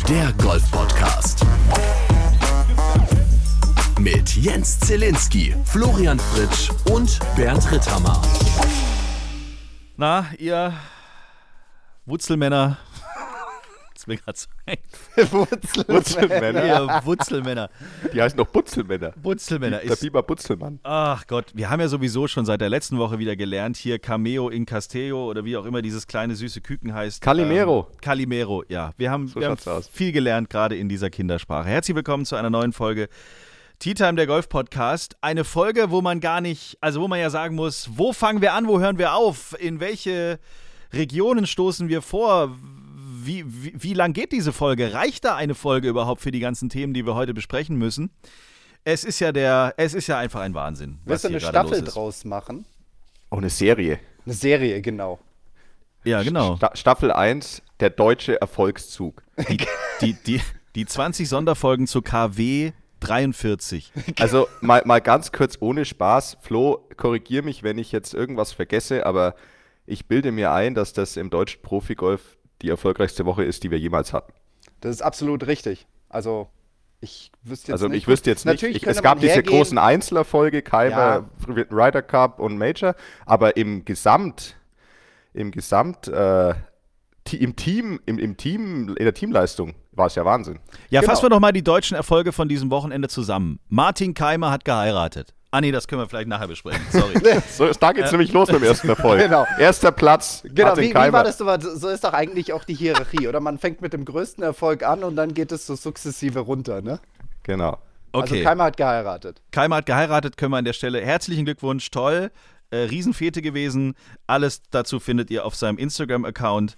Der Golf-Podcast. Mit Jens Zielinski, Florian Fritsch und Bernd Ritthammer. Na, ihr Wutzelmänner. Das ist mir gerade so Wutzelmänner. Ihr Wutzelmänner. Die heißen doch Butzelmänner. Butzelmänner Der ist. Biber Butzelmann. Ach Gott, wir haben ja sowieso schon seit der letzten Woche wieder gelernt, hier Cameo in Castello oder wie auch immer dieses kleine süße Küken heißt. Calimero. Calimero, ja. Wir haben schaut's aus. viel gelernt, gerade in dieser Kindersprache. Herzlich willkommen zu einer neuen Folge Tea Time, der Golf-Podcast. Eine Folge, wo man gar nicht, also wo man ja sagen muss, wo fangen wir an, wo hören wir auf, in welche Regionen stoßen wir vor, wie lang geht diese Folge? Reicht da eine Folge überhaupt für die ganzen Themen, die wir heute besprechen müssen? Es ist ja einfach ein Wahnsinn. Willst du eine Staffel draus machen? Oh, eine Serie. Eine Serie, genau. Ja, genau. Staffel 1, der deutsche Erfolgszug. Die 20 Sonderfolgen zu KW 43. Also mal ganz kurz ohne Spaß. Flo, korrigier mich, wenn ich jetzt irgendwas vergesse, aber ich bilde mir ein, dass das im deutschen Profigolf die erfolgreichste Woche ist, die wir jemals hatten. Das ist absolut richtig. Also ich wüsste jetzt nicht. Ich wüsste jetzt nicht. Natürlich Es gab diese großen Einzelerfolge, Keimer, Ryder Cup und Major, aber im Team, in der Teamleistung war es ja Wahnsinn. Ja, Genau. fassen wir doch mal die deutschen Erfolge von diesem Wochenende zusammen. Martin Keimer hat geheiratet. Ah nee, das können wir vielleicht nachher besprechen, sorry. Da geht es nämlich los mit dem ersten Erfolg. Genau. Erster Platz, Genau, Martin wie Keimer. war das? So ist doch eigentlich auch die Hierarchie. Oder man fängt mit dem größten Erfolg an und dann geht es so sukzessive runter, ne? Genau. Okay. Also Keimer hat geheiratet. Keimer hat geheiratet, können wir an der Stelle. Herzlichen Glückwunsch, toll. Riesenfete gewesen. Alles dazu findet ihr auf seinem Instagram-Account.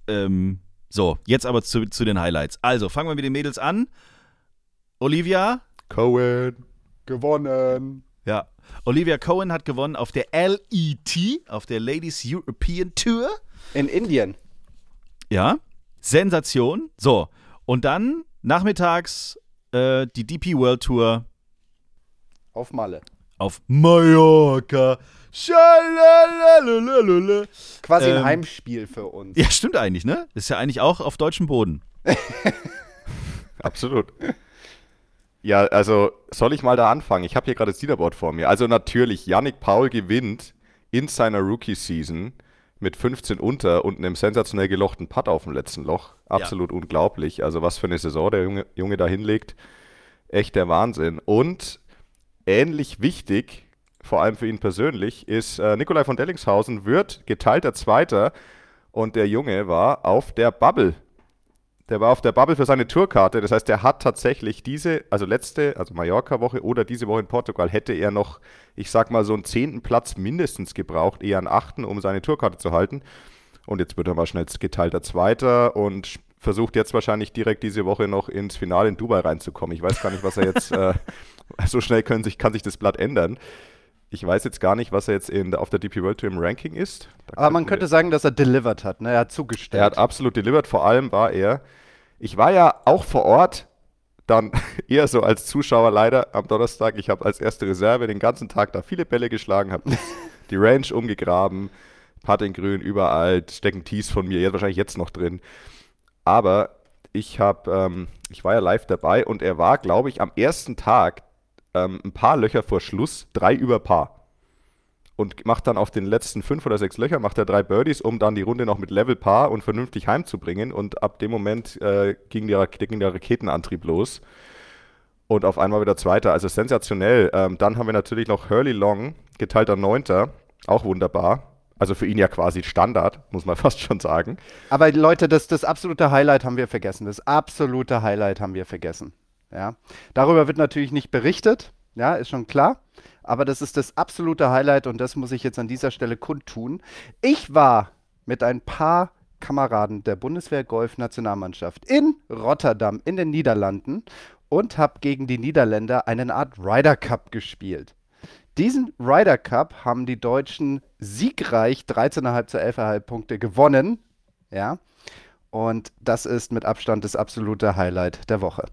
So, jetzt aber zu den Highlights. Also, fangen wir mit den Mädels an. Olivia. Cohen. Gewonnen. Ja. Olivia Cohen hat gewonnen auf der LET, auf der Ladies European Tour. In Indien. Ja. Sensation. So. Und dann nachmittags die DP World Tour Auf Malle. auf Mallorca. Schalalalala. Quasi ein Heimspiel für uns. Ja, stimmt eigentlich, ne? Ist ja eigentlich auch auf deutschem Boden. Absolut. Ja, also soll ich mal da anfangen? Ich habe hier gerade das Leaderboard vor mir. Also natürlich, Yannick Paul gewinnt in seiner Rookie-Season mit 15 unter und einem sensationell gelochten Putt auf dem letzten Loch. Absolut unglaublich. Also was für eine Saison der Junge da hinlegt. Echt der Wahnsinn. Und ähnlich wichtig, vor allem für ihn persönlich, ist Nikolai von Dellingshausen wird geteilter Zweiter und der Junge war auf der Bubble. Der war auf der Bubble für seine Tourkarte. Das heißt, der hat tatsächlich also Mallorca-Woche oder diese Woche in Portugal, hätte er noch, ich sag mal, so einen 10. Platz mindestens gebraucht, eher einen 8., um seine Tourkarte zu halten. Und jetzt wird er mal schnell geteilter Zweiter und versucht jetzt wahrscheinlich direkt diese Woche noch ins Finale in Dubai reinzukommen. Ich weiß gar nicht, was er jetzt, so schnell kann sich das Blatt ändern. Ich weiß jetzt gar nicht, was er jetzt auf der DP World Tour im Ranking ist. Aber man könnte sagen, dass er delivered hat, ne? Er hat zugestellt. Er hat absolut delivered, vor allem ich war ja auch vor Ort, dann eher so als Zuschauer leider am Donnerstag. Ich habe als erste Reserve den ganzen Tag da viele Bälle geschlagen, habe die Range umgegraben, Putting grün, überall, stecken Tees von mir, wahrscheinlich jetzt noch drin. Aber ich war ja live dabei und er war, glaube ich, am ersten Tag ein paar Löcher vor Schluss, 3 über Par. Und macht dann auf den letzten 5 oder 6 Löchern, macht er 3 Birdies, um dann die Runde noch mit Level Par und vernünftig heimzubringen. Und ab dem Moment ging der Raketenantrieb los. Und auf einmal wieder Zweiter, also sensationell. Dann haben wir natürlich noch Hurley Long, geteilter 9., auch wunderbar. Also für ihn ja quasi Standard, muss man fast schon sagen. Aber Leute, das absolute Highlight haben wir vergessen. Das absolute Highlight haben wir vergessen. Ja? Darüber wird natürlich nicht berichtet, ja, ist schon klar. Aber das ist das absolute Highlight und das muss ich jetzt an dieser Stelle kundtun. Ich war mit ein paar Kameraden der Bundeswehr-Golf-Nationalmannschaft in Rotterdam in den Niederlanden und habe gegen die Niederländer eine Art Ryder Cup gespielt. Diesen Ryder Cup haben die Deutschen siegreich 13,5 zu 11,5 Punkte gewonnen. Ja? Und das ist mit Abstand das absolute Highlight der Woche.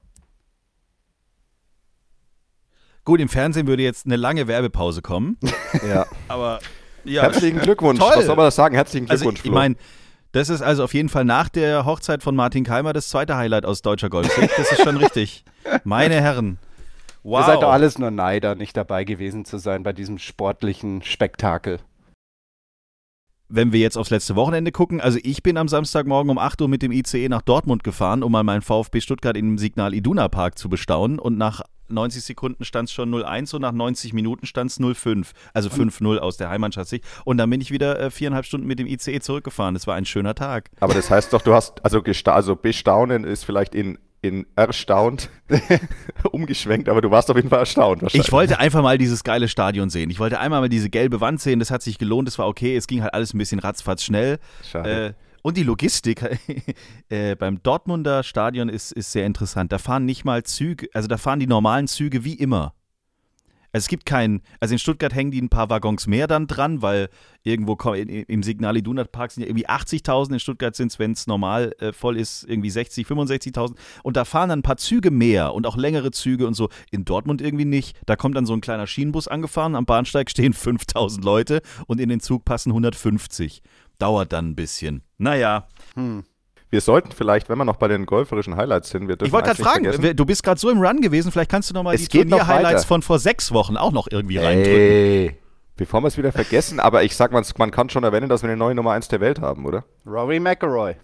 Gut, im Fernsehen würde jetzt eine lange Werbepause kommen. Ja. Aber ja. Herzlichen Glückwunsch. Toll. Was soll man das sagen? Herzlichen Glückwunsch, Also, ich meine, Das ist also auf jeden Fall nach der Hochzeit von Martin Keimer das zweite Highlight aus deutscher Golfsicht. Das ist schon richtig. Meine Herren. Wow. Ihr seid doch alles nur Neider, nicht dabei gewesen zu sein bei diesem sportlichen Spektakel. Wenn wir jetzt aufs letzte Wochenende gucken, also ich bin am Samstagmorgen um 8 Uhr mit dem ICE nach Dortmund gefahren, um mal meinen VfB Stuttgart im Signal Iduna Park zu bestaunen und nach 90 Sekunden stand es schon 0-1 und nach 90 Minuten stand es 0-5, also 5-0 aus der Heimatschaft-Sicht und dann bin ich wieder 4,5 Stunden mit dem ICE zurückgefahren. Das war ein schöner Tag. Aber das heißt doch, du hast, also bestaunen ist vielleicht in erstaunt umgeschwenkt, aber du warst auf jeden Fall erstaunt wahrscheinlich. Ich wollte einfach mal dieses geile Stadion sehen. Ich wollte einmal mal diese gelbe Wand sehen. Das hat sich gelohnt. Das war okay. Es ging halt alles ein bisschen ratzfatz schnell. Schade. Und die Logistik beim Dortmunder Stadion ist sehr interessant. Da fahren nicht mal Züge, also da fahren die normalen Züge wie immer. Also es gibt also in Stuttgart hängen die ein paar Waggons mehr dann dran, weil irgendwo im Signal Iduna Park sind ja irgendwie 80.000, in Stuttgart sind es, wenn es normal voll ist, irgendwie 60.000, 65.000 und da fahren dann ein paar Züge mehr und auch längere Züge und so. In Dortmund irgendwie nicht. Da kommt dann so ein kleiner Schienenbus angefahren, am Bahnsteig stehen 5.000 Leute und in den Zug passen 150. Dauert dann ein bisschen. Naja. Wir sollten vielleicht, wenn wir noch bei den golferischen Highlights sind, wir dürfen Ich wollte gerade fragen, du bist gerade so im Run gewesen, vielleicht kannst du nochmal die Turnier-Highlights von vor 6 Wochen auch noch irgendwie reindrücken. Bevor wir es wieder vergessen, aber ich sag mal, man kann schon erwähnen, dass wir eine neue Nummer 1 der Welt haben, oder? Rory McIlroy.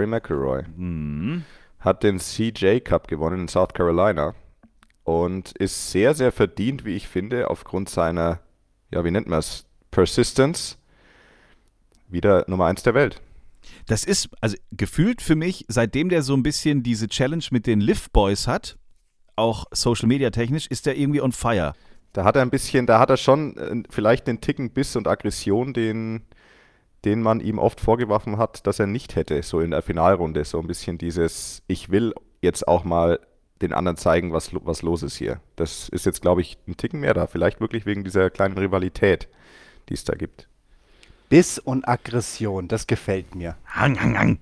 Hat den CJ Cup gewonnen in South Carolina und ist sehr, sehr verdient, wie ich finde, aufgrund seiner, ja, wie nennt man es, Persistence, wieder Nummer 1 der Welt. Das ist, also gefühlt für mich, seitdem der so ein bisschen diese Challenge mit den Liv Boys hat, auch Social Media technisch, ist der irgendwie on fire. Da hat er schon vielleicht den Ticken Biss und Aggression, den man ihm oft vorgeworfen hat, dass er nicht hätte, so in der Finalrunde. So ein bisschen dieses, ich will jetzt auch mal den anderen zeigen, was los ist hier. Das ist jetzt, glaube ich, ein Ticken mehr da. Vielleicht wirklich wegen dieser kleinen Rivalität, die es da gibt. Biss und Aggression, das gefällt mir. Hang.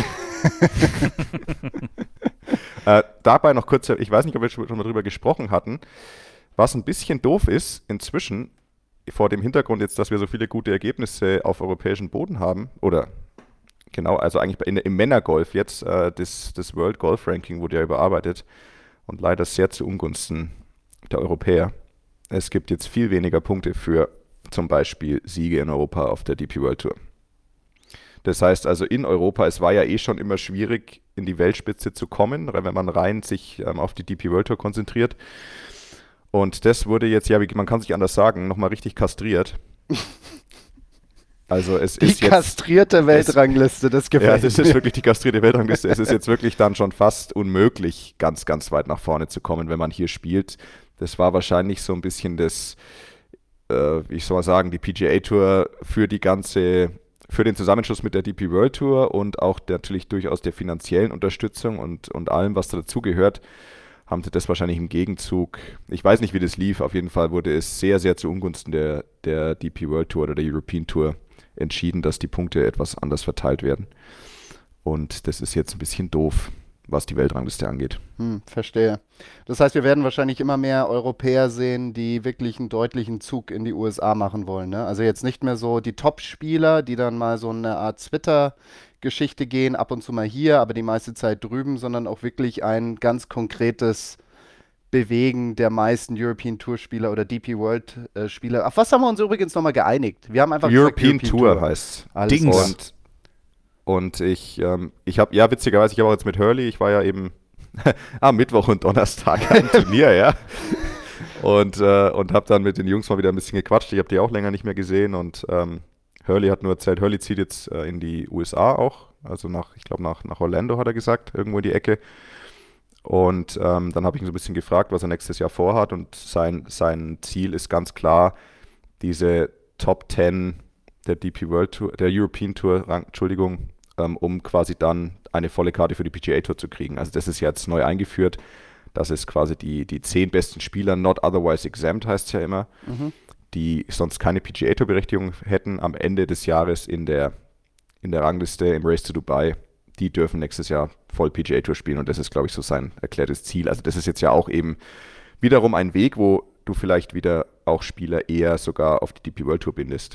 Dabei noch kurz, ich weiß nicht, ob wir schon mal drüber gesprochen hatten, was ein bisschen doof ist inzwischen, vor dem Hintergrund jetzt, dass wir so viele gute Ergebnisse auf europäischem Boden haben, oder genau, also eigentlich im Männergolf jetzt, das World Golf Ranking wurde ja überarbeitet und leider sehr zu Ungunsten der Europäer. Es gibt jetzt viel weniger Punkte für zum Beispiel Siege in Europa auf der DP World Tour. Das heißt also in Europa, es war ja eh schon immer schwierig, in die Weltspitze zu kommen, wenn man rein sich auf die DP World Tour konzentriert. Und das wurde jetzt, ja, man kann es nicht anders sagen, nochmal richtig kastriert. Also es ist die kastrierte Weltrangliste, das gefällt mir. Ja, das ist wirklich die kastrierte Weltrangliste. Es ist jetzt wirklich dann schon fast unmöglich, ganz, ganz weit nach vorne zu kommen, wenn man hier spielt. Das war wahrscheinlich so ein bisschen das, ich soll mal sagen, die PGA Tour für den Zusammenschluss mit der DP World Tour und auch natürlich durchaus der finanziellen Unterstützung und allem, was da dazugehört, haben sie das wahrscheinlich im Gegenzug, ich weiß nicht, wie das lief, auf jeden Fall wurde es sehr, sehr zu Ungunsten der DP World Tour oder der European Tour entschieden, dass die Punkte etwas anders verteilt werden. Und das ist jetzt ein bisschen doof, was die Weltrangliste angeht. Verstehe. Das heißt, wir werden wahrscheinlich immer mehr Europäer sehen, die wirklich einen deutlichen Zug in die USA machen wollen. Ne? Also jetzt nicht mehr so die Top-Spieler, die dann mal so eine Art Twitter-Geschichte gehen, ab und zu mal hier, aber die meiste Zeit drüben, sondern auch wirklich ein ganz konkretes Bewegen der meisten European Tour-Spieler oder DP World-Spieler. Auf was haben wir uns übrigens nochmal geeinigt? Wir haben einfach European Tour heißt es. Und ich habe, ja, witzigerweise, ich habe auch jetzt mit Hurley, ich war ja eben am Mittwoch und Donnerstag am Turnier, ja. Und habe dann mit den Jungs mal wieder ein bisschen gequatscht. Ich habe die auch länger nicht mehr gesehen und Hurley hat nur erzählt, Hurley zieht jetzt in die USA auch, also nach Orlando hat er gesagt, irgendwo in die Ecke. Und dann habe ich ihn so ein bisschen gefragt, was er nächstes Jahr vorhat und sein Ziel ist ganz klar, diese Top 10 der DP World Tour, der European Tour, um quasi dann eine volle Karte für die PGA Tour zu kriegen. Also das ist jetzt neu eingeführt. Das ist quasi die 10 besten Spieler, not otherwise exempt heißt es ja immer, die sonst keine PGA Tour Berechtigung hätten, am Ende des Jahres in der Rangliste im Race to Dubai. Die dürfen nächstes Jahr voll PGA Tour spielen und das ist, glaube ich, so sein erklärtes Ziel. Also das ist jetzt ja auch eben wiederum ein Weg, wo du vielleicht wieder auch Spieler eher sogar auf die DP World Tour bindest.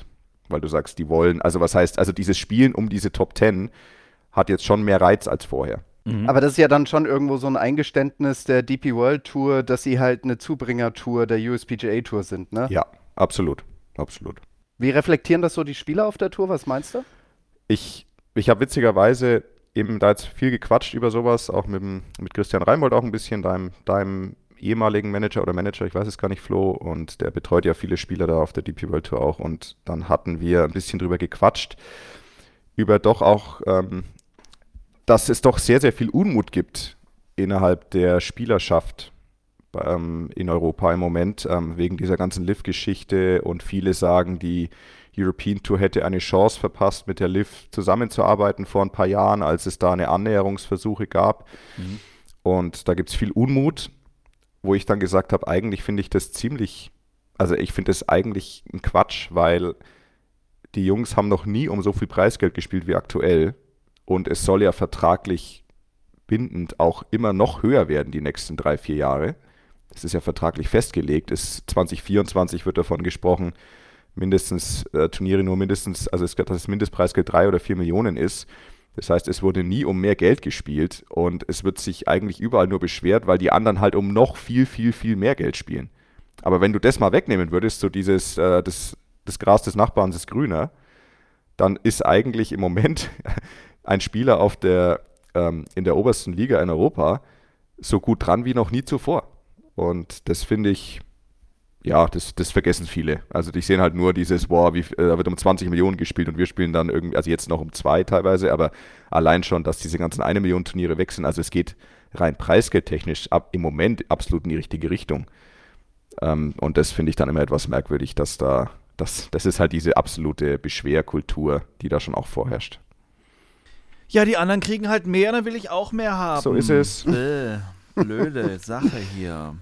weil du sagst, die wollen, also was heißt, also dieses Spielen um diese Top 10 hat jetzt schon mehr Reiz als vorher. Aber das ist ja dann schon irgendwo so ein Eingeständnis der DP World Tour, dass sie halt eine Zubringertour der USPGA Tour sind, ne? Ja, absolut. Wie reflektieren das so die Spieler auf der Tour? Was meinst du? Ich habe witzigerweise eben da jetzt viel gequatscht über sowas, auch mit Christian Reimbold auch ein bisschen, deinem ehemaligen Manager, ich weiß es gar nicht, Flo, und der betreut ja viele Spieler da auf der DP World Tour auch, und dann hatten wir ein bisschen drüber gequatscht, über doch auch, dass es doch sehr, sehr viel Unmut gibt innerhalb der Spielerschaft in Europa im Moment, wegen dieser ganzen LIV-Geschichte, und viele sagen, die European Tour hätte eine Chance verpasst, mit der LIV zusammenzuarbeiten vor ein paar Jahren, als es da eine Annäherungsversuche gab. Und da gibt es viel Unmut, wo ich dann gesagt habe, eigentlich finde ich das ich finde das eigentlich ein Quatsch, weil die Jungs haben noch nie um so viel Preisgeld gespielt wie aktuell, und es soll ja vertraglich bindend auch immer noch höher werden die nächsten 3-4 Jahre. Das ist ja vertraglich festgelegt. 2024 wird davon gesprochen, Turniere nur mindestens, also dass das Mindestpreisgeld 3 oder 4 Millionen ist. Das heißt, es wurde nie um mehr Geld gespielt, und es wird sich eigentlich überall nur beschwert, weil die anderen halt um noch viel, viel, viel mehr Geld spielen. Aber wenn du das mal wegnehmen würdest, so dieses, das Gras des Nachbarn ist grüner, dann ist eigentlich im Moment ein Spieler in der obersten Liga in Europa so gut dran wie noch nie zuvor. Und das finde ich, ja, das vergessen viele. Also die sehen halt nur dieses, da wird um 20 Millionen gespielt und wir spielen dann irgendwie, also jetzt noch um 2 teilweise, aber allein schon, dass diese ganzen 1 Million Turniere wechseln, also es geht rein preisgeldtechnisch im Moment absolut in die richtige Richtung. Und das finde ich dann immer etwas merkwürdig, das ist halt diese absolute Beschwerkultur, die da schon auch vorherrscht. Ja, die anderen kriegen halt mehr, dann will ich auch mehr haben. So ist es. Blöde Sache hier.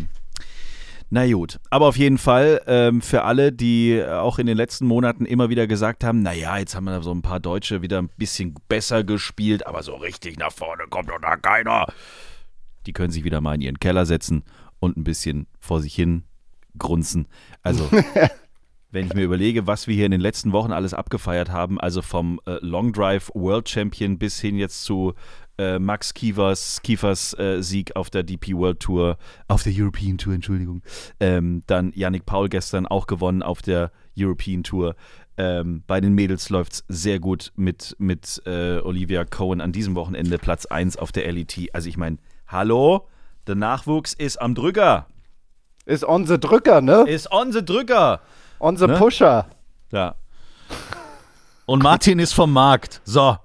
Na gut, aber auf jeden Fall für alle, die auch in den letzten Monaten immer wieder gesagt haben, naja, jetzt haben wir so ein paar Deutsche wieder ein bisschen besser gespielt, aber so richtig nach vorne kommt doch da keiner. Die können sich wieder mal in ihren Keller setzen und ein bisschen vor sich hin grunzen. Also wenn ich mir überlege, was wir hier in den letzten Wochen alles abgefeiert haben, also vom Long Drive World Champion bis hin jetzt zu Max Kiefers Sieg auf der DP World Tour, auf der European Tour, Entschuldigung. Dann Yannick Paul gestern auch gewonnen auf der European Tour. Bei den Mädels läuft es sehr gut mit Olivia Cohen an diesem Wochenende Platz 1 auf der LET. Also ich meine, hallo, der Nachwuchs ist am Drücker. Ist on the Drücker, ne? Ist on the Drücker. On the Pusher. Ja. Und Martin ist vom Markt. So.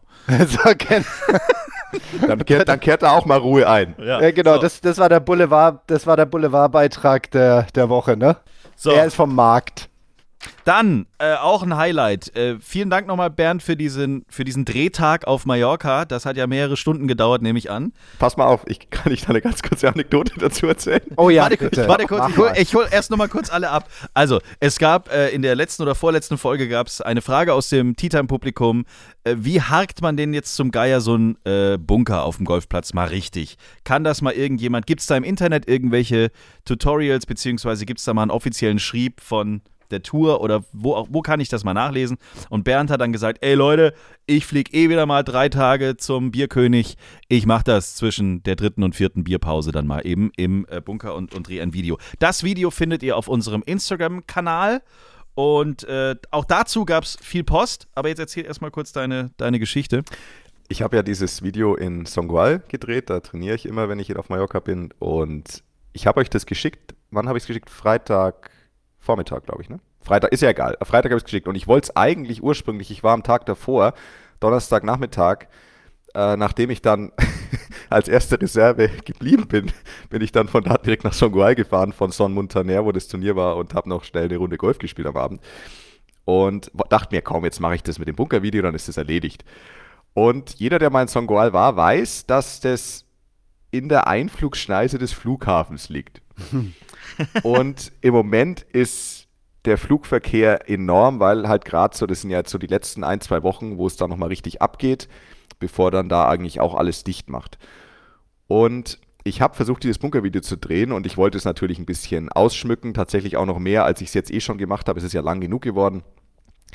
Dann kehrt da auch mal Ruhe ein. Ja, genau, so. das war der Boulevardbeitrag der Woche, ne? So. Er ist vom Markt. Dann auch ein Highlight. Vielen Dank nochmal, Bernd, für diesen Drehtag auf Mallorca. Das hat ja mehrere Stunden gedauert, nehme ich an. Pass mal auf, kann ich da eine ganz kurze Anekdote dazu erzählen? Oh ja, warte kurz. Ich hol erst nochmal kurz alle ab. Also, es gab in der letzten oder vorletzten Folge gab's eine Frage aus dem Tea-Time-Publikum. Wie harkt man denn jetzt zum Geier so einen Bunker auf dem Golfplatz mal richtig? Kann das mal irgendjemand? Gibt es da im Internet irgendwelche Tutorials, beziehungsweise gibt es da mal einen offiziellen Schrieb von der Tour oder wo kann ich das mal nachlesen? Und Bernd hat dann gesagt, ey Leute, ich fliege wieder mal 3 Tage zum Bierkönig. Ich mache das zwischen der 3. und 4. Bierpause dann mal eben im Bunker und drehe ein Video. Das Video findet ihr auf unserem Instagram-Kanal und auch dazu gab es viel Post, aber jetzt erzähl erstmal kurz deine Geschichte. Ich habe ja dieses Video in Songual gedreht, da trainiere ich immer, wenn ich hier auf Mallorca bin, und ich habe euch das geschickt. Wann habe ich es geschickt? Freitag Vormittag, glaube ich, ne? Freitag, ist ja egal. Freitag habe ich es geschickt und ich wollte es eigentlich ursprünglich, ich war am Tag davor, Donnerstagnachmittag, nachdem ich dann als erste Reserve geblieben bin ich dann von da direkt nach Songual gefahren, von Son Muntaner, wo das Turnier war, und habe noch schnell eine Runde Golf gespielt am Abend. Und dachte mir, komm, jetzt mache ich das mit dem Bunkervideo, dann ist das erledigt. Und jeder, der mal in Songual war, weiß, dass das in der Einflugschneise des Flughafens liegt. Und im Moment ist der Flugverkehr enorm, weil halt gerade so, das sind ja jetzt so die letzten 1-2 Wochen, wo es dann nochmal richtig abgeht, bevor dann da eigentlich auch alles dicht macht. Und ich habe versucht, dieses Bunkervideo zu drehen, und ich wollte es natürlich ein bisschen ausschmücken, tatsächlich auch noch mehr, als ich es jetzt schon gemacht habe. Es ist ja lang genug geworden.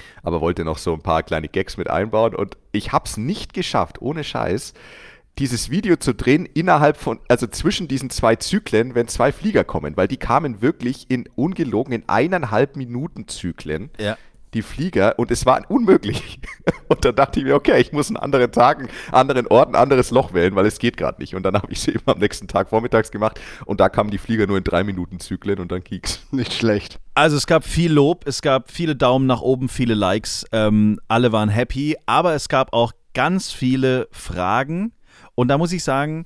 aber wollte noch so ein paar kleine Gags mit einbauen und ich habe es nicht geschafft, ohne Scheiß, dieses Video zu drehen also zwischen diesen 2 Zyklen, wenn 2 Flieger kommen, weil die kamen wirklich ungelogen in 1,5 Minuten Zyklen. Ja. Die Flieger, und es war unmöglich. Und dann dachte ich mir, okay, ich muss einen anderen Tag, einen anderen Ort, ein anderes Loch wählen, weil es geht gerade nicht. Und dann habe ich sie eben am nächsten Tag vormittags gemacht und da kamen die Flieger nur in 3 Minuten Zyklen und dann ging's. Nicht schlecht. Also es gab viel Lob, es gab viele Daumen nach oben, viele Likes, alle waren happy, aber es gab auch ganz viele Fragen und da muss ich sagen,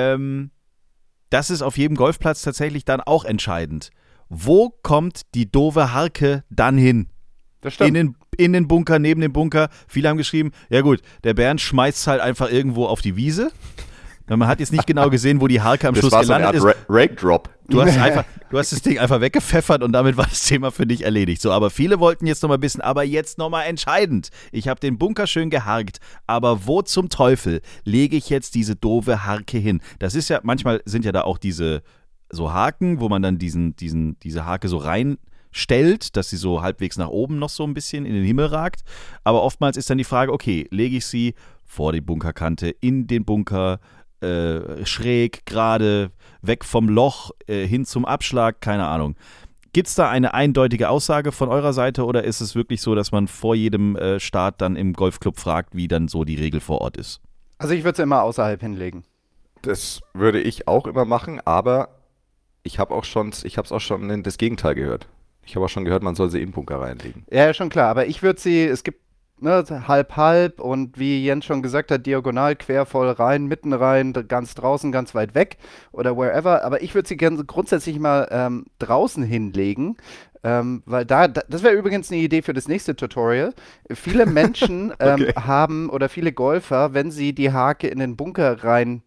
das ist auf jedem Golfplatz tatsächlich dann auch entscheidend. Wo kommt die doofe Harke dann hin? Das stimmt. In den Bunker, neben dem Bunker. Viele haben geschrieben, ja gut, der Bernd schmeißt es halt einfach irgendwo auf die Wiese. Man hat jetzt nicht genau gesehen, wo die Harke am Schluss gelandet ist. Das war so eine Art Rake-Drop. Du hast das Ding einfach weggepfeffert und damit war das Thema für dich erledigt. So, aber viele wollten jetzt nochmal wissen, aber jetzt nochmal entscheidend. Ich habe den Bunker schön geharkt, aber wo zum Teufel lege ich jetzt diese doofe Harke hin? Das ist ja, manchmal sind ja da auch diese so Haken, wo man dann diese Harke so reinstellt, dass sie so halbwegs nach oben noch so ein bisschen in den Himmel ragt. Aber oftmals ist dann die Frage, okay, lege ich sie vor die Bunkerkante, in den Bunker, schräg, gerade, weg vom Loch, hin zum Abschlag, keine Ahnung. Gibt es da eine eindeutige Aussage von eurer Seite oder ist es wirklich so, dass man vor jedem Start dann im Golfclub fragt, wie dann so die Regel vor Ort ist? Also ich würde es immer außerhalb hinlegen. Das würde ich auch immer machen, aber ich habe es auch schon das Gegenteil gehört. Ich habe auch schon gehört, man soll sie in den Bunker reinlegen. Ja, schon klar, aber ich würde sie, es gibt halb und wie Jens schon gesagt hat, diagonal, quer, voll rein, mitten rein, ganz draußen, ganz weit weg oder wherever, aber ich würde sie gerne grundsätzlich mal draußen hinlegen, weil das wäre übrigens eine Idee für das nächste Tutorial. Viele Menschen Okay. haben oder viele Golfer, wenn sie die Harke in den Bunker rein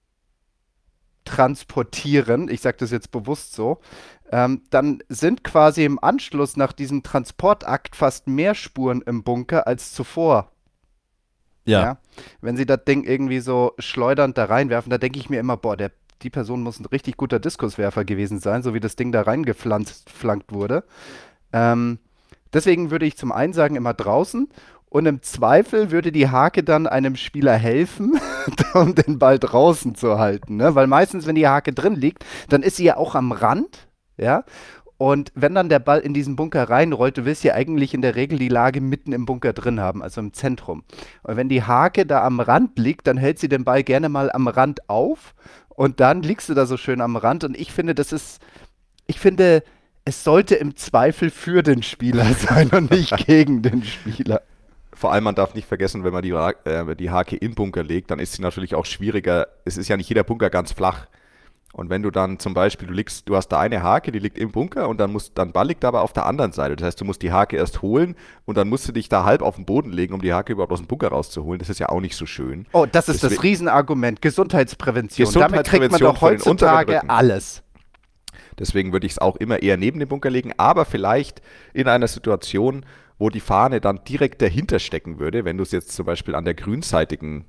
transportieren, ich sage das jetzt bewusst so, dann sind quasi im Anschluss nach diesem Transportakt fast mehr Spuren im Bunker als zuvor. Ja. Wenn sie das Ding irgendwie so schleudernd da reinwerfen, da denke ich mir immer, boah, die Person muss ein richtig guter Diskuswerfer gewesen sein, so wie das Ding da reingeflankt wurde. Deswegen würde ich zum einen sagen, immer draußen. Und im Zweifel würde die Harke dann einem Spieler helfen, um den Ball draußen zu halten. Ne? Weil meistens, wenn die Harke drin liegt, dann ist sie ja auch am Rand. Ja? Und wenn dann der Ball in diesen Bunker reinrollt, du willst ja eigentlich in der Regel die Lage mitten im Bunker drin haben, also im Zentrum. Und wenn die Harke da am Rand liegt, dann hält sie den Ball gerne mal am Rand auf und dann liegst du da so schön am Rand. Und ich finde, es sollte im Zweifel für den Spieler sein und nicht gegen den Spieler. Vor allem, man darf nicht vergessen, wenn man die Harke in den Bunker legt, dann ist sie natürlich auch schwieriger. Es ist ja nicht jeder Bunker ganz flach. Und wenn du dann zum Beispiel, du hast da eine Harke, die liegt im Bunker und dann Ball liegt aber auf der anderen Seite. Das heißt, du musst die Harke erst holen und dann musst du dich da halb auf den Boden legen, um die Harke überhaupt aus dem Bunker rauszuholen. Das ist ja auch nicht so schön. Oh, das ist das Riesenargument. Gesundheitsprävention. Damit kriegt man doch heutzutage alles. Deswegen würde ich es auch immer eher neben dem Bunker legen, aber vielleicht in einer Situation, wo die Fahne dann direkt dahinter stecken würde, wenn du es jetzt zum Beispiel an der grünseitigen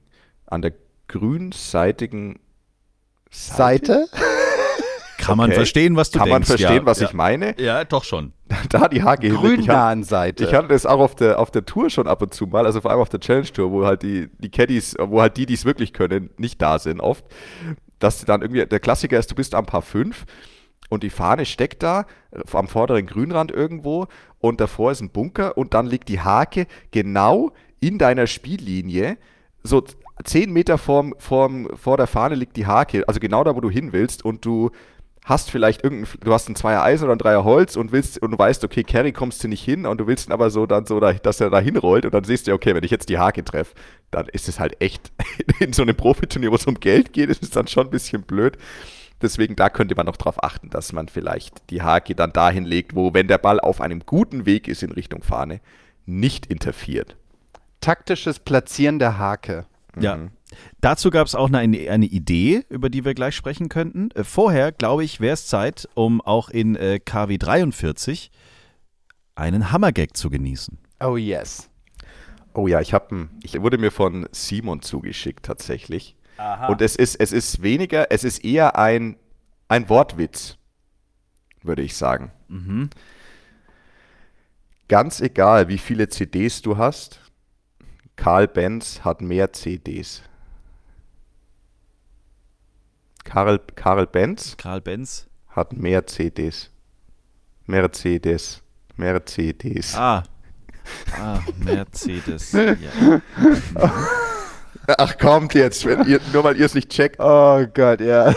Seite? Kann man verstehen, was du denkst. Kann man verstehen, was ich meine? Ja, doch schon. Da die Harke grünnahen Seite. Ich hatte das auch auf der Tour schon ab und zu mal, also vor allem auf der Challenge Tour, wo halt die Caddies, wo halt die es wirklich können, nicht da sind oft, dass dann irgendwie, der Klassiker ist, du bist am Par 5 und die Fahne steckt da am vorderen Grünrand irgendwo und davor ist ein Bunker und dann liegt die Harke genau in deiner Spiellinie, so 10 Meter vor der Fahne liegt die Harke, also genau da, wo du hin willst und du hast vielleicht du hast ein 2er Eisen oder ein 3er Holz und du weißt, okay, Carry kommst du nicht hin und du willst ihn aber dass er da hinrollt und dann siehst du, okay, wenn ich jetzt die Harke treffe, dann ist es halt echt in so einem Profiturnier, wo es um Geld geht, ist es dann schon ein bisschen blöd. Deswegen, da könnte man noch darauf achten, dass man vielleicht die Harke dann dahin legt, wo, wenn der Ball auf einem guten Weg ist in Richtung Fahne, nicht interferiert. Taktisches Platzieren der Harke. Ja. Dazu gab es auch eine Idee, über die wir gleich sprechen könnten. Vorher, glaube ich, wäre es Zeit, um auch in KW 43 einen Hammergag zu genießen. Oh yes. Oh ja, ich wurde mir von Simon zugeschickt tatsächlich. Aha. Und es ist eher ein Wortwitz, würde ich sagen. Mhm. ganz egal, wie viele CDs du hast, Karl Benz hat mehr CDs. Karl Benz Karl Benz. hat mehr CDs. Mehrere CDs. Mercedes. Ja. Ach, kommt jetzt, nur weil ihr es nicht checkt. Oh Gott, ja.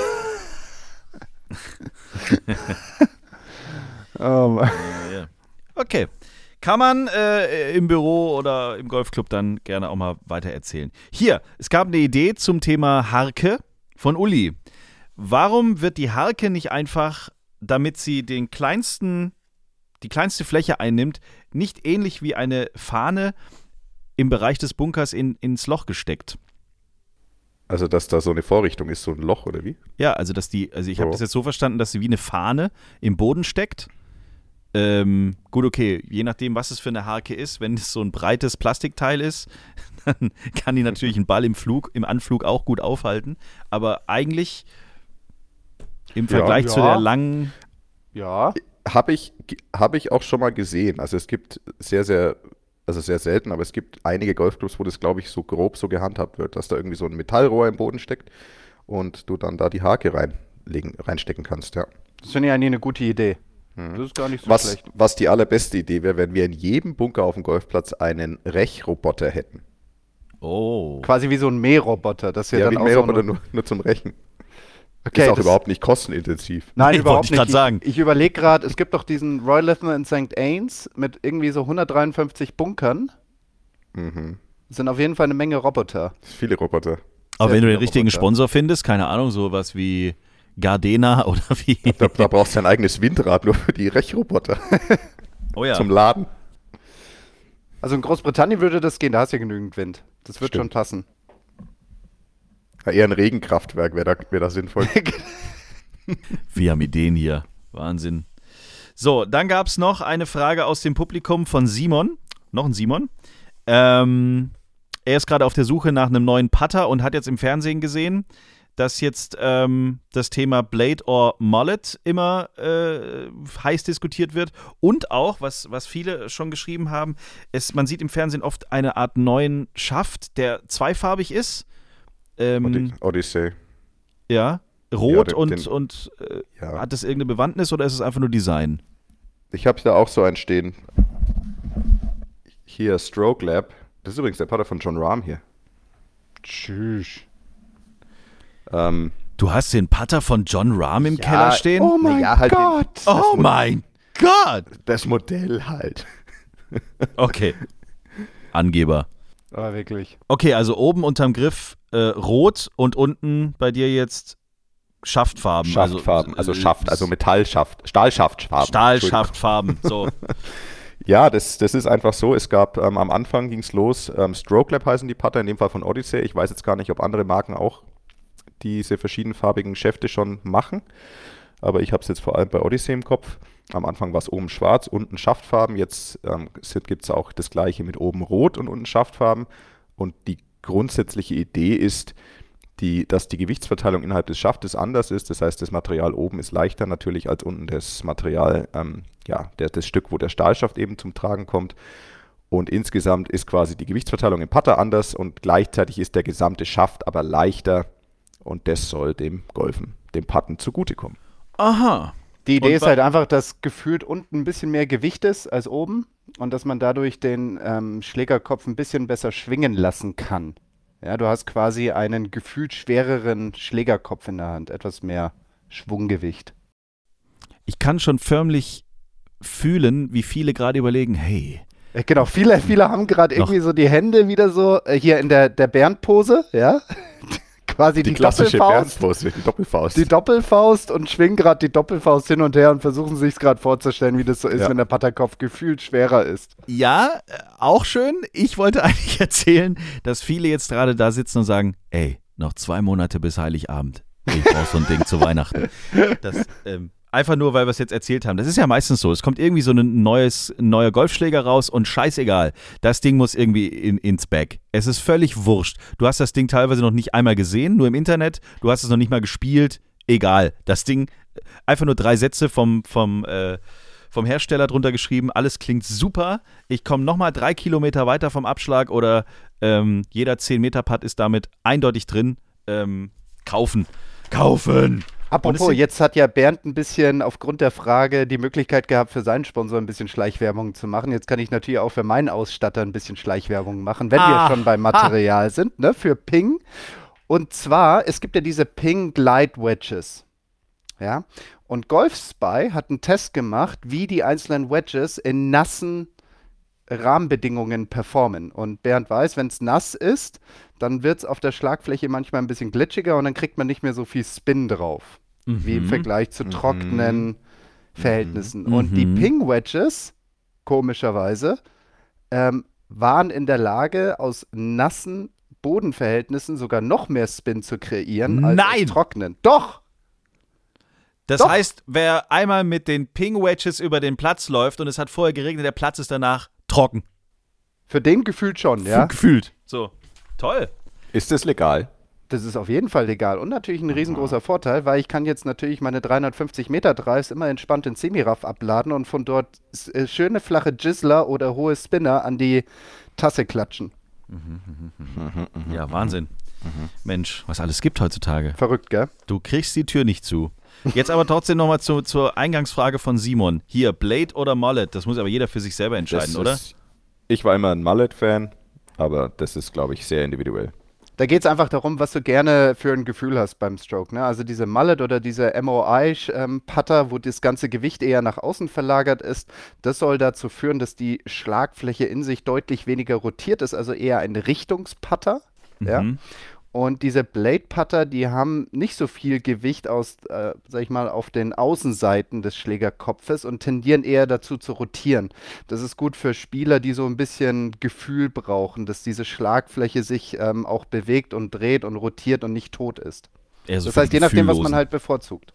Oh Mann. Ja. Okay. Kann man im Büro oder im Golfclub dann gerne auch mal weiter erzählen. Hier, es gab eine Idee zum Thema Harke von Uli. Warum wird die Harke nicht einfach, damit sie die kleinste Fläche einnimmt, nicht ähnlich wie eine Fahne im Bereich des Bunkers ins Loch gesteckt? Also, dass da so eine Vorrichtung ist, so ein Loch, oder wie? Ja, also ich habe das jetzt so verstanden, dass sie wie eine Fahne im Boden steckt. Gut, okay, je nachdem, was es für eine Harke ist, wenn es so ein breites Plastikteil ist, dann kann die natürlich einen Ball im Anflug auch gut aufhalten. Aber eigentlich im Vergleich zu der langen. Ja. Habe ich auch schon mal gesehen. Also es gibt sehr selten, aber es gibt einige Golfclubs, wo das, glaube ich, so grob so gehandhabt wird, dass da irgendwie so ein Metallrohr im Boden steckt und du dann da die Harke reinstecken kannst, ja. Das finde ich eigentlich eine gute Idee. Das ist gar nicht so schlecht. Was die allerbeste Idee wäre, wenn wir in jedem Bunker auf dem Golfplatz einen Rechroboter hätten. Oh. Quasi wie so ein Mähroboter. Das Ja, wie ein Mähroboter, nur zum Rechen. Okay, ist auch überhaupt nicht kostenintensiv. Nein, Nee, überhaupt wollte ich grad nicht. sagen. Ich überlege gerade, es gibt doch diesen Royal Lytham in St. Ains mit irgendwie so 153 Bunkern. Mhm. Das sind auf jeden Fall eine Menge Roboter. Das sind viele Roboter. Aber wenn du den viele richtigen Roboter. Sponsor findest, keine Ahnung, sowas wie Gardena oder wie. Da brauchst du ein eigenes Windrad nur für die Rechroboter Oh ja. zum Laden. Also in Großbritannien würde das gehen, da hast du ja genügend Wind. Das wird Stimmt. schon passen. Ja, eher ein Regenkraftwerk wäre da sinnvoll. Wir haben Ideen hier. Wahnsinn. So, dann gab es noch eine Frage aus dem Publikum von Simon. Noch ein Simon. Er ist gerade auf der Suche nach einem neuen Putter und hat jetzt im Fernsehen gesehen, dass jetzt das Thema Blade or Mullet immer heiß diskutiert wird. Und auch, was viele schon geschrieben haben, man sieht im Fernsehen oft eine Art neuen Schaft, der zweifarbig ist. Odyssey. Ja, rot Ja, und Ja. hat das irgendeine Bewandtnis oder ist es einfach nur Design? Ich habe da auch so einen stehen. Hier, Stroke Lab. Das ist übrigens der Putter von John Rahm hier. Tschüss. Du hast den Putter von John Rahm im Ja, Keller stehen? Oh mein Ja, halt Gott. Oh mein Gott! Das Modell halt. Okay. Angeber. Aber wirklich. Okay, also oben unterm Griff rot und unten bei dir jetzt Schaftfarben. Schaftfarben, also Schaft, also Metallschaft, Stahlschaftfarben. Stahlschaftfarben. So. Ja, das ist einfach so. Es gab, am Anfang ging es los, Stroke Lab heißen die Putter, in dem Fall von Odyssey. Ich weiß jetzt gar nicht, ob andere Marken auch diese verschiedenfarbigen Schäfte schon machen. Aber ich habe es jetzt vor allem bei Odyssey im Kopf. Am Anfang war es oben schwarz, unten Schaftfarben. Jetzt gibt es auch das gleiche mit oben rot und unten Schaftfarben. Und die grundsätzliche Idee ist, dass die Gewichtsverteilung innerhalb des Schaftes anders ist. Das heißt, das Material oben ist leichter natürlich als unten das Material, das Stück, wo der Stahlschaft eben zum Tragen kommt. Und insgesamt ist quasi die Gewichtsverteilung im Putter anders und gleichzeitig ist der gesamte Schaft aber leichter. Und das soll dem Putten zugutekommen. Aha. Die Idee Und ist halt einfach, dass gefühlt unten ein bisschen mehr Gewicht ist als oben und dass man dadurch den Schlägerkopf ein bisschen besser schwingen lassen kann. Ja, du hast quasi einen gefühlt schwereren Schlägerkopf in der Hand, etwas mehr Schwunggewicht. Ich kann schon förmlich fühlen, wie viele gerade überlegen, hey, Genau, viele haben gerade irgendwie so die Hände wieder so hier in der Bernd-Pose, ja. Quasi die klassische Doppelfaust. Bernpose, die Doppelfaust. Die Doppelfaust und schwingen gerade die Doppelfaust hin und her und versuchen sich gerade vorzustellen, wie das so ist, Ja. wenn der Putterkopf gefühlt schwerer ist. ja, auch schön. Ich wollte eigentlich erzählen, dass viele jetzt gerade da sitzen und sagen, ey, noch 2 Monate bis Heiligabend. Ich brauche so ein Ding zu Weihnachten. Das, einfach nur, weil wir es jetzt erzählt haben. Das ist ja meistens so. Es kommt irgendwie so ein neuer Golfschläger raus und scheißegal. Das Ding muss irgendwie ins Bag. Es ist völlig wurscht. Du hast das Ding teilweise noch nicht einmal gesehen, nur im Internet. Du hast es noch nicht mal gespielt. Egal. Das Ding, einfach nur 3 Sätze vom vom Hersteller drunter geschrieben, alles klingt super, ich komme nochmal 3 Kilometer weiter vom Abschlag oder jeder 10-Meter-Putt ist damit eindeutig drin. Kaufen! Apropos, jetzt hat ja Bernd ein bisschen aufgrund der Frage die Möglichkeit gehabt, für seinen Sponsor ein bisschen Schleichwerbung zu machen. Jetzt kann ich natürlich auch für meinen Ausstatter ein bisschen Schleichwerbung machen, wenn wir schon beim Material sind, ne, für Ping. Und zwar, es gibt ja diese Ping Glide Wedges. Ja? Und GolfSpy hat einen Test gemacht, wie die einzelnen Wedges in nassen Rahmenbedingungen performen. Und Bernd weiß, wenn es nass ist, dann wird es auf der Schlagfläche manchmal ein bisschen glitschiger und dann kriegt man nicht mehr so viel Spin drauf, wie im Vergleich zu trockenen Verhältnissen. Und die Ping-Wedges, komischerweise, waren in der Lage, aus nassen Bodenverhältnissen sogar noch mehr Spin zu kreieren als aus trockenen. Doch! Das heißt, wer einmal mit den Ping-Wedges über den Platz läuft und es hat vorher geregnet, der Platz ist danach trocken. Für den gefühlt schon, ja? Gefühlt. So. Toll. Ist das legal? Das ist auf jeden Fall legal und natürlich ein riesengroßer Vorteil, weil ich kann jetzt natürlich meine 350 Meter Drives immer entspannt in Semiraff abladen und von dort schöne flache Jizzler oder hohe Spinner an die Tasse klatschen. Ja, Wahnsinn. Mensch, was alles gibt heutzutage. Verrückt, gell? Du kriegst die Tür nicht zu. Jetzt aber trotzdem nochmal zur Eingangsfrage von Simon. Hier, Blade oder Mullet? Das muss aber jeder für sich selber entscheiden, oder? Ich war immer ein Mullet-Fan, aber das ist, glaube ich, sehr individuell. Da geht es einfach darum, was du gerne für ein Gefühl hast beim Stroke. Ne? Also diese Mullet oder diese MOI-Putter, wo das ganze Gewicht eher nach außen verlagert ist, das soll dazu führen, dass die Schlagfläche in sich deutlich weniger rotiert ist, also eher ein Richtungsputter. Ja? Und diese Blade-Putter, die haben nicht so viel Gewicht sag ich mal, auf den Außenseiten des Schlägerkopfes und tendieren eher dazu zu rotieren. Das ist gut für Spieler, die so ein bisschen Gefühl brauchen, dass diese Schlagfläche sich auch bewegt und dreht und rotiert und nicht tot ist. So das heißt, je nachdem, was man halt bevorzugt.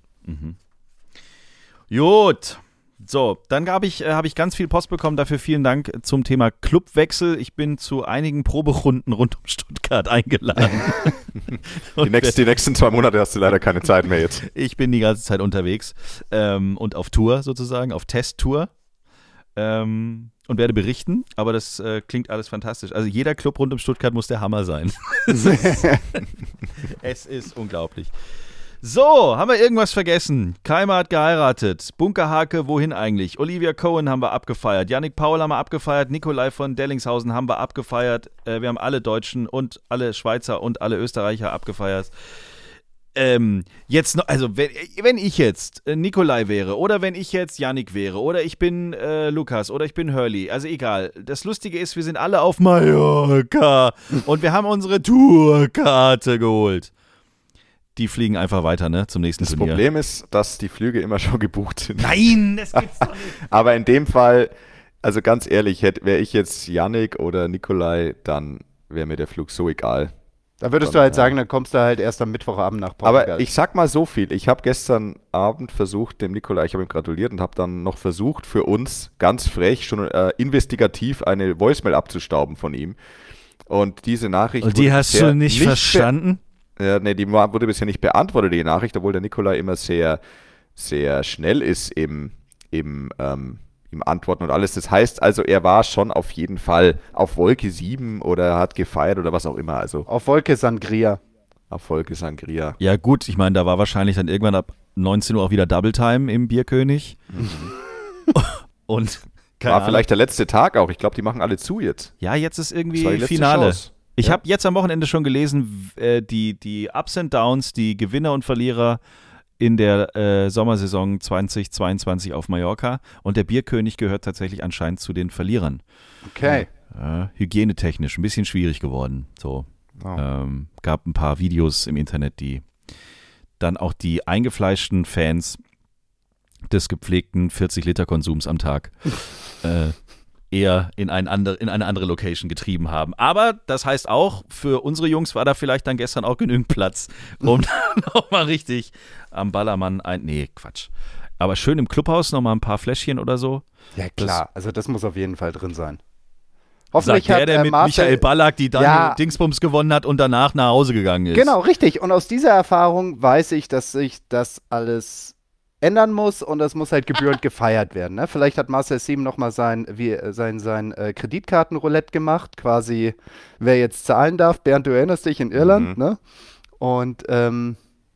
Gut. So, dann hab ich ganz viel Post bekommen, dafür vielen Dank zum Thema Clubwechsel. Ich bin zu einigen Proberunden rund um Stuttgart eingeladen. Die nächsten 2 Monate hast du leider keine Zeit mehr jetzt. Ich bin die ganze Zeit unterwegs und auf Tour sozusagen, auf Testtour und werde berichten, aber das klingt alles fantastisch. Also jeder Club rund um Stuttgart muss der Hammer sein. Es ist unglaublich. So, haben wir irgendwas vergessen? Keimer hat geheiratet. Bunkerhake, wohin eigentlich? Olivia Cohen haben wir abgefeiert. Yannick Paul haben wir abgefeiert. Nikolai von Dellingshausen haben wir abgefeiert. Wir haben alle Deutschen und alle Schweizer und alle Österreicher abgefeiert. Jetzt noch, also wenn ich jetzt Nikolai wäre oder wenn ich jetzt Yannick wäre oder ich bin Lukas oder ich bin Hurley, also egal. Das Lustige ist, wir sind alle auf Mallorca und wir haben unsere Tourkarte geholt. Die fliegen einfach weiter, ne, zum nächsten Turnier. Das Problem ist, dass die Flüge immer schon gebucht sind. Nein, das gibt's doch nicht. Aber in dem Fall, also ganz ehrlich, wäre ich jetzt Yannick oder Nikolai, dann wäre mir der Flug so egal. Da würdest du halt sagen, dann kommst du halt erst am Mittwochabend nach Portugal. Aber ich sag mal so viel, ich habe gestern Abend versucht, dem Nikolai, ich habe ihm gratuliert und habe dann noch versucht, für uns ganz frech, schon investigativ eine Voicemail abzustauben von ihm. Und diese Nachricht... Und die hast du nicht verstanden? Ja, nee, die wurde bisher nicht beantwortet, die Nachricht, obwohl der Nikolai immer sehr, sehr schnell ist im Antworten und alles. Das heißt also, er war schon auf jeden Fall auf Wolke 7 oder hat gefeiert oder was auch immer. Also auf Wolke Sangria. Auf Wolke Sangria. Ja gut, ich meine, da war wahrscheinlich dann irgendwann ab 19 Uhr auch wieder Double Time im Bierkönig. Und war vielleicht der letzte Tag auch. Ich glaube, die machen alle zu jetzt. Ja, jetzt ist irgendwie Finale. Chance. Ich habe jetzt am Wochenende schon gelesen, die Ups and Downs, die Gewinner und Verlierer in der Sommersaison 2022 auf Mallorca. Und der Bierkönig gehört tatsächlich anscheinend zu den Verlierern. Okay. Hygienetechnisch ein bisschen schwierig geworden. So. Gab ein paar Videos im Internet, die dann auch die eingefleischten Fans des gepflegten 40-Liter-Konsums am Tag eher in eine andere Location getrieben haben. Aber das heißt auch, für unsere Jungs war da vielleicht dann gestern auch genügend Platz, um nochmal richtig am Ballermann Nee, Quatsch. Aber schön im Clubhaus nochmal ein paar Fläschchen oder so. Ja, klar. Also das muss auf jeden Fall drin sein. Hoffentlich sagt der mit Michael Ballack, die dann Dingsbums gewonnen hat und danach nach Hause gegangen ist. Genau, richtig. Und aus dieser Erfahrung weiß ich, dass sich das alles ändern muss und das muss halt gebührend gefeiert werden. Ne? Vielleicht hat Marcel Siem nochmal sein Kreditkartenroulette gemacht, quasi, wer jetzt zahlen darf. Bernd, du erinnerst dich, in Irland, ne? Und dann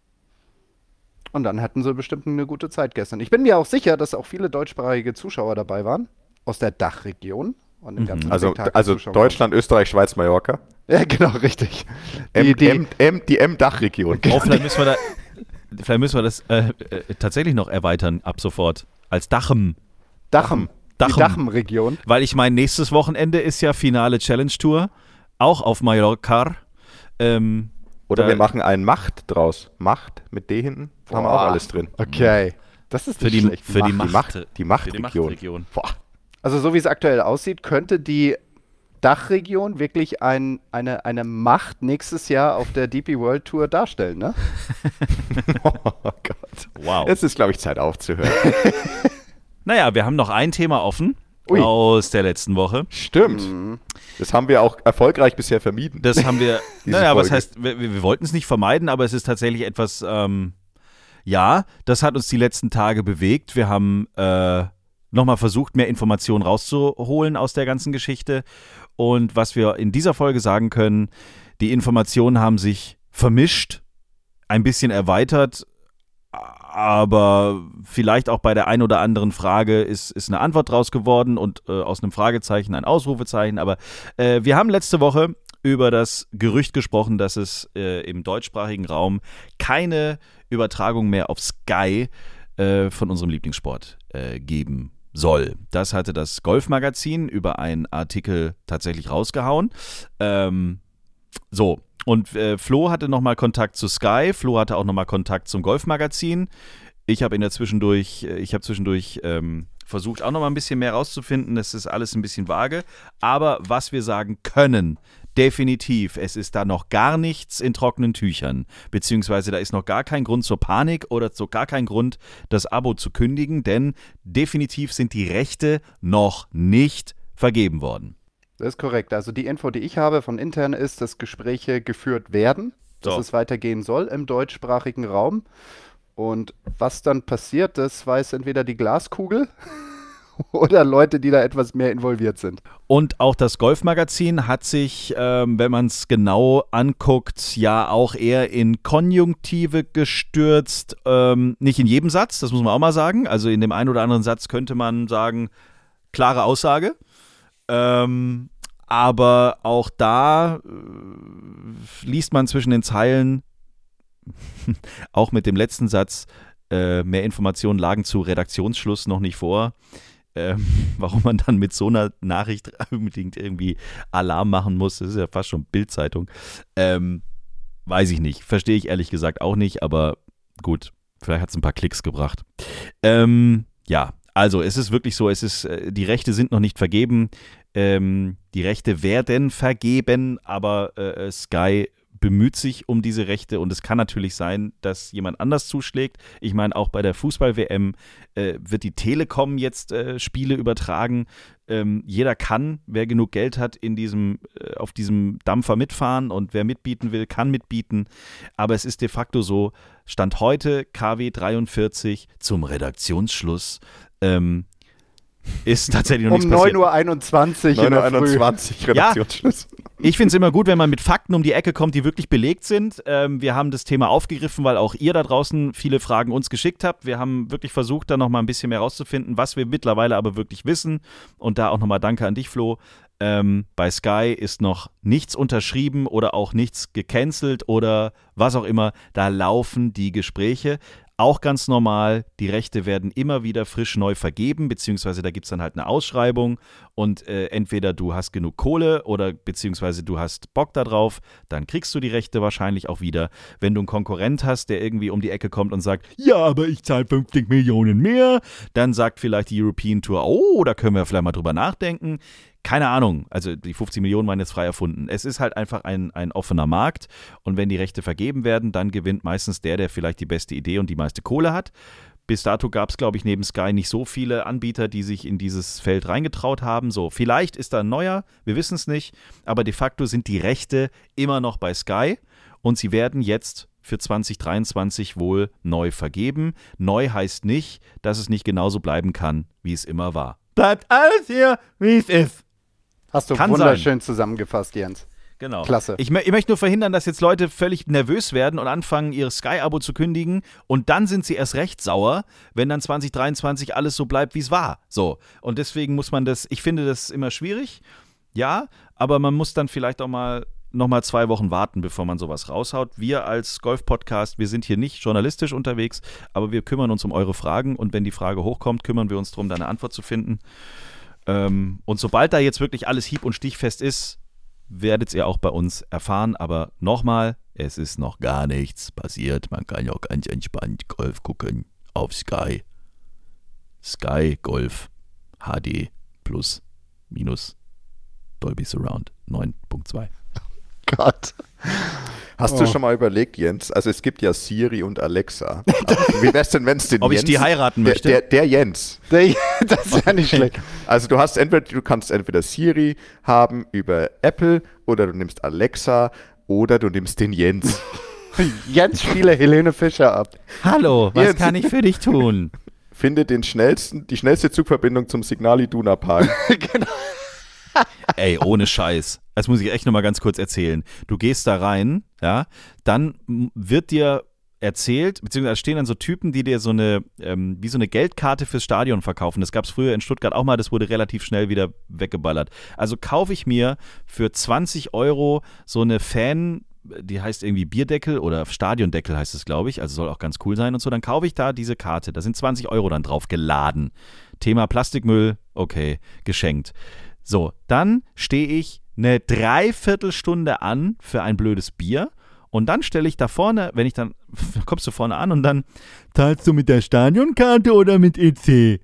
hatten sie bestimmt eine gute Zeit gestern. Ich bin mir auch sicher, dass auch viele deutschsprachige Zuschauer dabei waren, aus der Dachregion. Und den ganzen Also Spektakel-Zuschauern. Deutschland, Österreich, Schweiz, Mallorca. Ja, genau, richtig. Die M-Dachregion. Oh, vielleicht müssen wir das tatsächlich noch erweitern ab sofort. Als Dachem. Die Dachem-Region. Weil ich meine, nächstes Wochenende ist ja Finale Challenge Tour. Auch auf Mallorca. Oder wir machen einen Macht draus. Macht mit D hinten. Da haben wir auch alles drin. Okay. Das ist nicht schlecht. Für die Machtregion. Machtregion. Also so wie es aktuell aussieht, könnte die Dachregion wirklich eine Macht nächstes Jahr auf der DP World Tour darstellen, ne? Oh Gott. Wow. Jetzt ist, glaube ich, Zeit aufzuhören. Naja, wir haben noch ein Thema offen aus der letzten Woche. Stimmt. Das haben wir auch erfolgreich bisher vermieden. Das haben wir, Diese was Folge. heißt, wir wollten es nicht vermeiden, aber es ist tatsächlich etwas, das hat uns die letzten Tage bewegt. Wir haben nochmal versucht, mehr Informationen rauszuholen aus der ganzen Geschichte. Und was wir in dieser Folge sagen können, die Informationen haben sich vermischt, ein bisschen erweitert, aber vielleicht auch bei der ein oder anderen Frage ist eine Antwort draus geworden und aus einem Fragezeichen ein Ausrufezeichen. Aber wir haben letzte Woche über das Gerücht gesprochen, dass es im deutschsprachigen Raum keine Übertragung mehr auf Sky von unserem Lieblingssport geben soll. Das hatte das Golfmagazin über einen Artikel tatsächlich rausgehauen. Und Flo hatte nochmal Kontakt zu Sky, Flo hatte auch nochmal Kontakt zum Golfmagazin. Ich habe zwischendurch versucht auch nochmal ein bisschen mehr rauszufinden. Das ist alles ein bisschen vage. Aber was wir sagen können, definitiv, es ist da noch gar nichts in trockenen Tüchern. Beziehungsweise da ist noch gar kein Grund zur Panik oder so gar kein Grund, das Abo zu kündigen, denn definitiv sind die Rechte noch nicht vergeben worden. Das ist korrekt. Also die Info, die ich habe von intern ist, dass Gespräche geführt werden, dass es weitergehen soll im deutschsprachigen Raum. Und was dann passiert, das weiß entweder die Glaskugel oder Leute, die da etwas mehr involviert sind. Und auch das Golfmagazin hat sich, wenn man es genau anguckt, ja auch eher in Konjunktive gestürzt. Nicht in jedem Satz, das muss man auch mal sagen. Also in dem einen oder anderen Satz könnte man sagen, klare Aussage. Aber auch da liest man zwischen den Zeilen, auch mit dem letzten Satz, mehr Informationen lagen zu Redaktionsschluss noch nicht vor. Warum man dann mit so einer Nachricht unbedingt irgendwie Alarm machen muss, das ist ja fast schon Bild-Zeitung. Weiß ich nicht, verstehe ich ehrlich gesagt auch nicht, aber gut, vielleicht hat es ein paar Klicks gebracht. Also es ist wirklich so, die Rechte sind noch nicht vergeben, die Rechte werden vergeben, aber Sky bemüht sich um diese Rechte und es kann natürlich sein, dass jemand anders zuschlägt. Ich meine, auch bei der Fußball-WM wird die Telekom jetzt Spiele übertragen. Jeder kann, wer genug Geld hat, auf diesem Dampfer mitfahren und wer mitbieten will, kann mitbieten. Aber es ist de facto so, Stand heute KW 43 zum Redaktionsschluss ist tatsächlich noch nichts passiert. Um 9:21 Uhr in der Früh. 9:21 Redaktionsschluss. Ich finde es immer gut, wenn man mit Fakten um die Ecke kommt, die wirklich belegt sind. Wir haben das Thema aufgegriffen, weil auch ihr da draußen viele Fragen uns geschickt habt. Wir haben wirklich versucht, da nochmal ein bisschen mehr rauszufinden, was wir mittlerweile aber wirklich wissen. Und da auch nochmal Danke an dich, Flo. Bei Sky ist noch nichts unterschrieben oder auch nichts gecancelt oder was auch immer. Da laufen die Gespräche. Auch ganz normal, die Rechte werden immer wieder frisch neu vergeben, beziehungsweise da gibt es dann halt eine Ausschreibung und entweder du hast genug Kohle oder beziehungsweise du hast Bock da drauf, dann kriegst du die Rechte wahrscheinlich auch wieder. Wenn du einen Konkurrent hast, der irgendwie um die Ecke kommt und sagt, ja, aber ich zahle 50 Millionen mehr, dann sagt vielleicht die European Tour, oh, da können wir vielleicht mal drüber nachdenken. Keine Ahnung, also die 50 Millionen waren jetzt frei erfunden. Es ist halt einfach ein offener Markt und wenn die Rechte vergeben werden, dann gewinnt meistens der vielleicht die beste Idee und die meiste Kohle hat. Bis dato gab es, glaube ich, neben Sky nicht so viele Anbieter, die sich in dieses Feld reingetraut haben. So, vielleicht ist da ein neuer, wir wissen es nicht, aber de facto sind die Rechte immer noch bei Sky und sie werden jetzt für 2023 wohl neu vergeben. Neu heißt nicht, dass es nicht genauso bleiben kann, wie es immer war. Bleibt alles hier, wie es ist. Hast du Kann wunderschön zusammengefasst, Jens. Genau. Klasse. Ich möchte nur verhindern, dass jetzt Leute völlig nervös werden und anfangen, ihr Sky-Abo zu kündigen und dann sind sie erst recht sauer, wenn dann 2023 alles so bleibt, wie es war. So. Und deswegen muss man ich finde das immer schwierig, ja, aber man muss dann vielleicht auch mal nochmal 2 Wochen warten, bevor man sowas raushaut. Wir als Golf-Podcast, wir sind hier nicht journalistisch unterwegs, aber wir kümmern uns um eure Fragen und wenn die Frage hochkommt, kümmern wir uns darum, da eine Antwort zu finden. Und sobald da jetzt wirklich alles hieb- und stichfest ist, werdet ihr auch bei uns erfahren, aber nochmal, es ist noch gar nichts passiert. Man kann ja auch ganz entspannt Golf gucken auf Sky. Sky Golf HD Plus minus Dolby Surround 9.2. Gott. Hast du schon mal überlegt, Jens? Also es gibt ja Siri und Alexa. Wie wär's denn, wenn es den Ob Jens... ich die heiraten möchte? Der Jens. Das ist ja nicht schlecht. Also du kannst entweder Siri haben über Apple oder du nimmst Alexa oder du nimmst den Jens. Jens spiele Helene Fischer ab. Hallo, was Jetzt. kann ich für dich tun? Finde die schnellste Zugverbindung zum Signal Iduna Park. Genau. Ey, ohne Scheiß. Das muss ich echt nochmal ganz kurz erzählen. Du gehst da rein, ja, dann wird dir erzählt, beziehungsweise stehen dann so Typen, die dir so eine, wie so eine Geldkarte fürs Stadion verkaufen. Das gab es früher in Stuttgart auch mal, das wurde relativ schnell wieder weggeballert. Also kaufe ich mir für 20 € so eine die heißt irgendwie Bierdeckel oder Stadiondeckel heißt es, glaube ich, also soll auch ganz cool sein und so, dann kaufe ich da diese Karte, da sind 20 € dann drauf geladen. Thema Plastikmüll, okay, geschenkt. So, dann stehe ich eine Dreiviertelstunde an für ein blödes Bier und dann stelle ich da vorne, kommst du vorne an und dann zahlst du mit der Stadionkarte oder mit EC?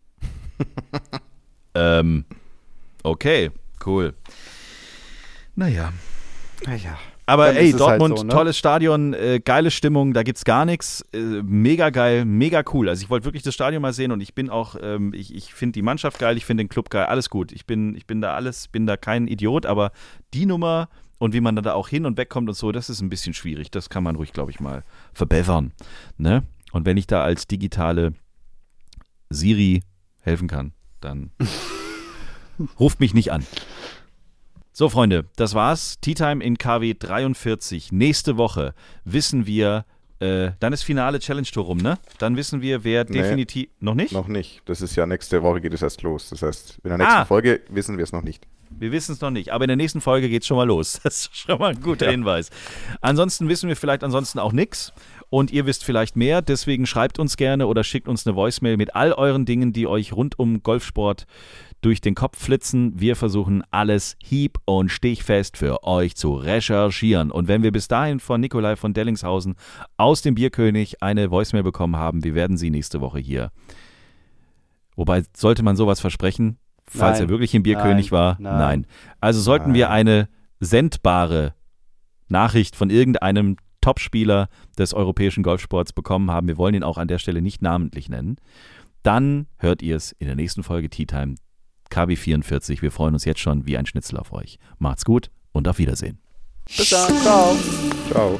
Okay, cool. Naja. Aber Dann ey, ist es halt Dortmund, so, ne? tolles Stadion, geile Stimmung, da gibt's gar nichts. Mega geil, mega cool. Also ich wollte wirklich das Stadion mal sehen und ich bin auch, ich finde die Mannschaft geil, ich finde den Club geil, alles gut. Ich bin da kein Idiot, aber die Nummer und wie man da auch hin und wegkommt und so, das ist ein bisschen schwierig. Das kann man ruhig, glaube ich, mal verbessern. Ne? Und wenn ich da als digitale Siri helfen kann, dann ruft mich nicht an. So, Freunde, das war's. Tea Time in KW 43. Nächste Woche wissen wir, dann ist Finale Challenge Tour rum, ne? Dann wissen wir, wer definitiv... Noch nicht? Noch nicht. Das ist ja nächste Woche geht es erst los. Das heißt, in der nächsten Folge wissen wir es noch nicht. Wir wissen es noch nicht, aber in der nächsten Folge geht's schon mal los. Das ist schon mal ein guter Hinweis. Ansonsten wissen wir vielleicht auch nichts und ihr wisst vielleicht mehr. Deswegen schreibt uns gerne oder schickt uns eine Voicemail mit all euren Dingen, die euch rund um Golfsport durch den Kopf flitzen. Wir versuchen alles hieb- und stichfest für euch zu recherchieren. Und wenn wir bis dahin von Nikolai von Dellingshausen aus dem Bierkönig eine Voicemail bekommen haben, wir werden sie nächste Woche hier. Wobei, sollte man sowas versprechen, falls er wirklich im Bierkönig war? Nein. Also sollten wir eine sendbare Nachricht von irgendeinem Topspieler des europäischen Golfsports bekommen haben, wir wollen ihn auch an der Stelle nicht namentlich nennen, dann hört ihr es in der nächsten Folge Tea Time KW 44. Wir freuen uns jetzt schon wie ein Schnitzel auf euch. Macht's gut und auf Wiedersehen. Bis dann. Ciao. Ciao.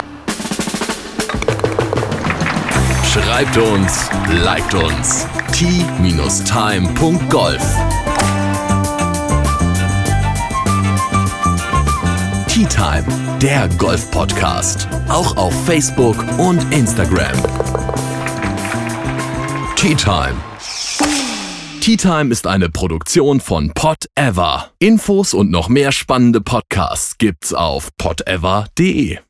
Schreibt uns, liked uns. t-time.golf. Tea Time, der Golf-Podcast. Auch auf Facebook und Instagram. Tea Time. Tea Time ist eine Produktion von Pod Ever. Infos und noch mehr spannende Podcasts gibt's auf podever.de.